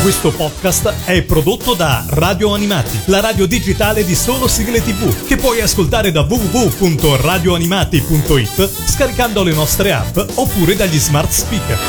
Questo podcast è prodotto da Radio Animati, la radio digitale di solo sigle TV, che puoi ascoltare da www.radioanimati.it scaricando le nostre app oppure dagli smart speaker.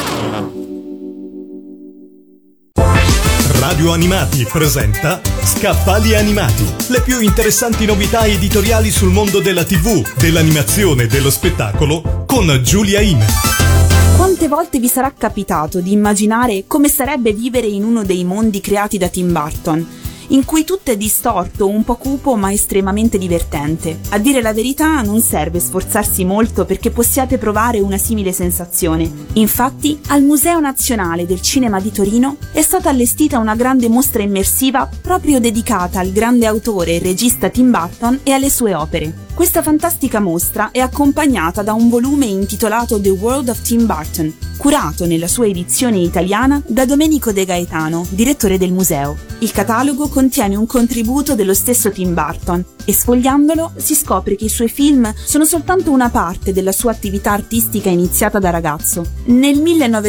Radio Animati presenta Scaffali Animati, le più interessanti novità editoriali sul mondo della TV, dell'animazione e dello spettacolo con Giulia Ime. Quante volte vi sarà capitato di immaginare come sarebbe vivere in uno dei mondi creati da Tim Burton, in cui tutto è distorto, un po' cupo ma estremamente divertente? A dire la verità, non serve sforzarsi molto perché possiate provare una simile sensazione. Infatti, al Museo Nazionale del Cinema di Torino è stata allestita una grande mostra immersiva proprio dedicata al grande autore e regista Tim Burton e alle sue opere. Questa fantastica mostra è accompagnata da un volume intitolato The World of Tim Burton, curato nella sua edizione italiana da Domenico De Gaetano, direttore del museo. Il catalogo contiene un contributo dello stesso Tim Burton e sfogliandolo si scopre che i suoi film sono soltanto una parte della sua attività artistica iniziata da ragazzo. Nel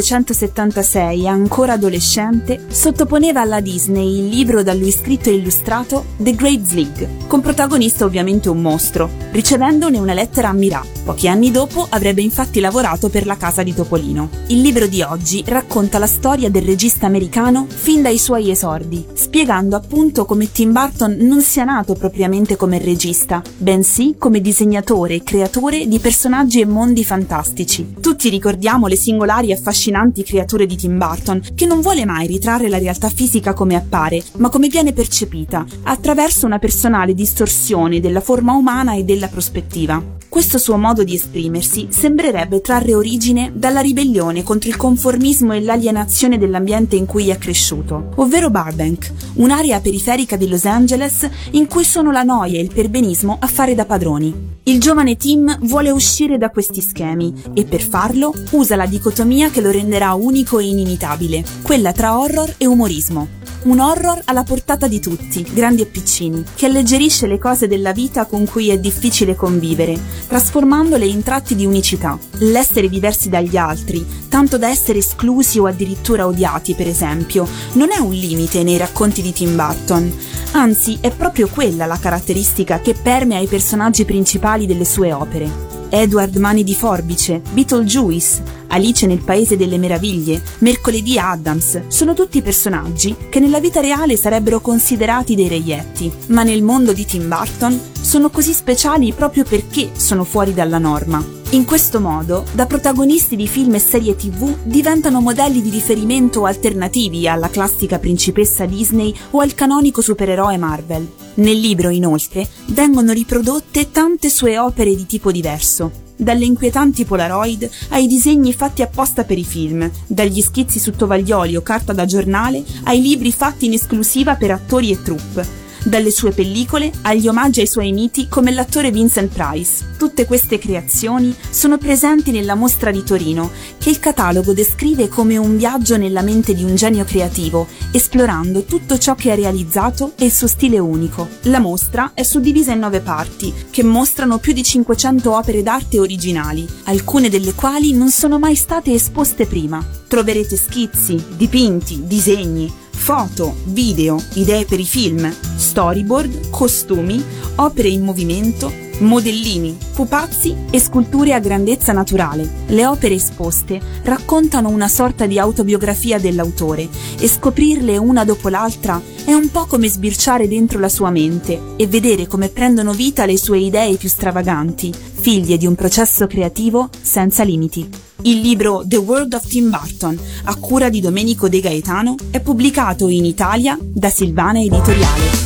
1976, ancora adolescente, sottoponeva alla Disney il libro da lui scritto e illustrato The Great Zlig, con protagonista ovviamente un mostro, ricevendone una lettera a Mira. Pochi anni dopo avrebbe infatti lavorato per la casa di Topolino. Il libro di oggi racconta la storia del regista americano fin dai suoi esordi, spiegando appunto come Tim Burton non sia nato propriamente come regista, bensì come disegnatore e creatore di personaggi e mondi fantastici. Tutti ricordiamo le singolari e affascinanti creature di Tim Burton, che non vuole mai ritrarre la realtà fisica come appare, ma come viene percepita, attraverso una personale distorsione della forma umana e della prospettiva. Questo suo modo di esprimersi sembrerebbe trarre origine dalla ribellione contro il conformismo e l'alienazione dell'ambiente in cui è cresciuto, ovvero Burbank, un'area periferica di Los Angeles in cui sono la noia e il perbenismo a fare da padroni. Il giovane Tim vuole uscire da questi schemi e per farlo usa la dicotomia che lo renderà unico e inimitabile, quella tra horror e umorismo. Un horror alla portata di tutti, grandi e piccini, che alleggerisce le cose della vita con cui è difficile convivere, trasformandole in tratti di unicità. L'essere diversi dagli altri, tanto da essere esclusi o addirittura odiati, per esempio, non è un limite nei racconti di Tim Burton. Anzi, è proprio quella la caratteristica che permea i personaggi principali delle sue opere. Edward Mani di Forbice, Beetlejuice, Alice nel Paese delle Meraviglie, Mercoledì Addams, sono tutti personaggi che nella vita reale sarebbero considerati dei reietti, ma nel mondo di Tim Burton sono così speciali proprio perché sono fuori dalla norma. In questo modo, da protagonisti di film e serie TV diventano modelli di riferimento alternativi alla classica principessa Disney o al canonico supereroe Marvel. Nel libro, inoltre, vengono riprodotte tante sue opere di tipo diverso, dalle inquietanti Polaroid ai disegni fatti apposta per i film, dagli schizzi su tovaglioli o carta da giornale ai libri fatti in esclusiva per attori e troupe, dalle sue pellicole agli omaggi ai suoi miti come l'attore Vincent Price. Tutte queste creazioni sono presenti nella mostra di Torino, che il catalogo descrive come un viaggio nella mente di un genio creativo, esplorando tutto ciò che ha realizzato e il suo stile unico. La mostra è suddivisa in 9 parti, che mostrano più di 500 opere d'arte originali, alcune delle quali non sono mai state esposte prima. Troverete schizzi, dipinti, disegni, foto, video, idee per i film, storyboard, costumi, opere in movimento, modellini, pupazzi e sculture a grandezza naturale. Le opere esposte raccontano una sorta di autobiografia dell'autore e scoprirle una dopo l'altra è un po' come sbirciare dentro la sua mente e vedere come prendono vita le sue idee più stravaganti, figlie di un processo creativo senza limiti. Il libro The World of Tim Burton, a cura di Domenico De Gaetano, è pubblicato in Italia da Silvana Editoriale.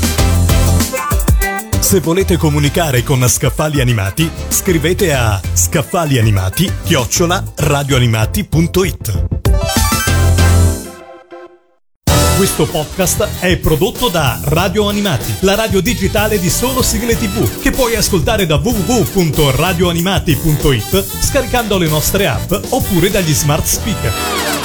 Se volete comunicare con Scaffali Animati, scrivete a scaffalianimati@radioanimati.it. Questo podcast è prodotto da Radio Animati, la radio digitale di solo sigle TV, che puoi ascoltare da www.radioanimati.it scaricando le nostre app oppure dagli smart speaker.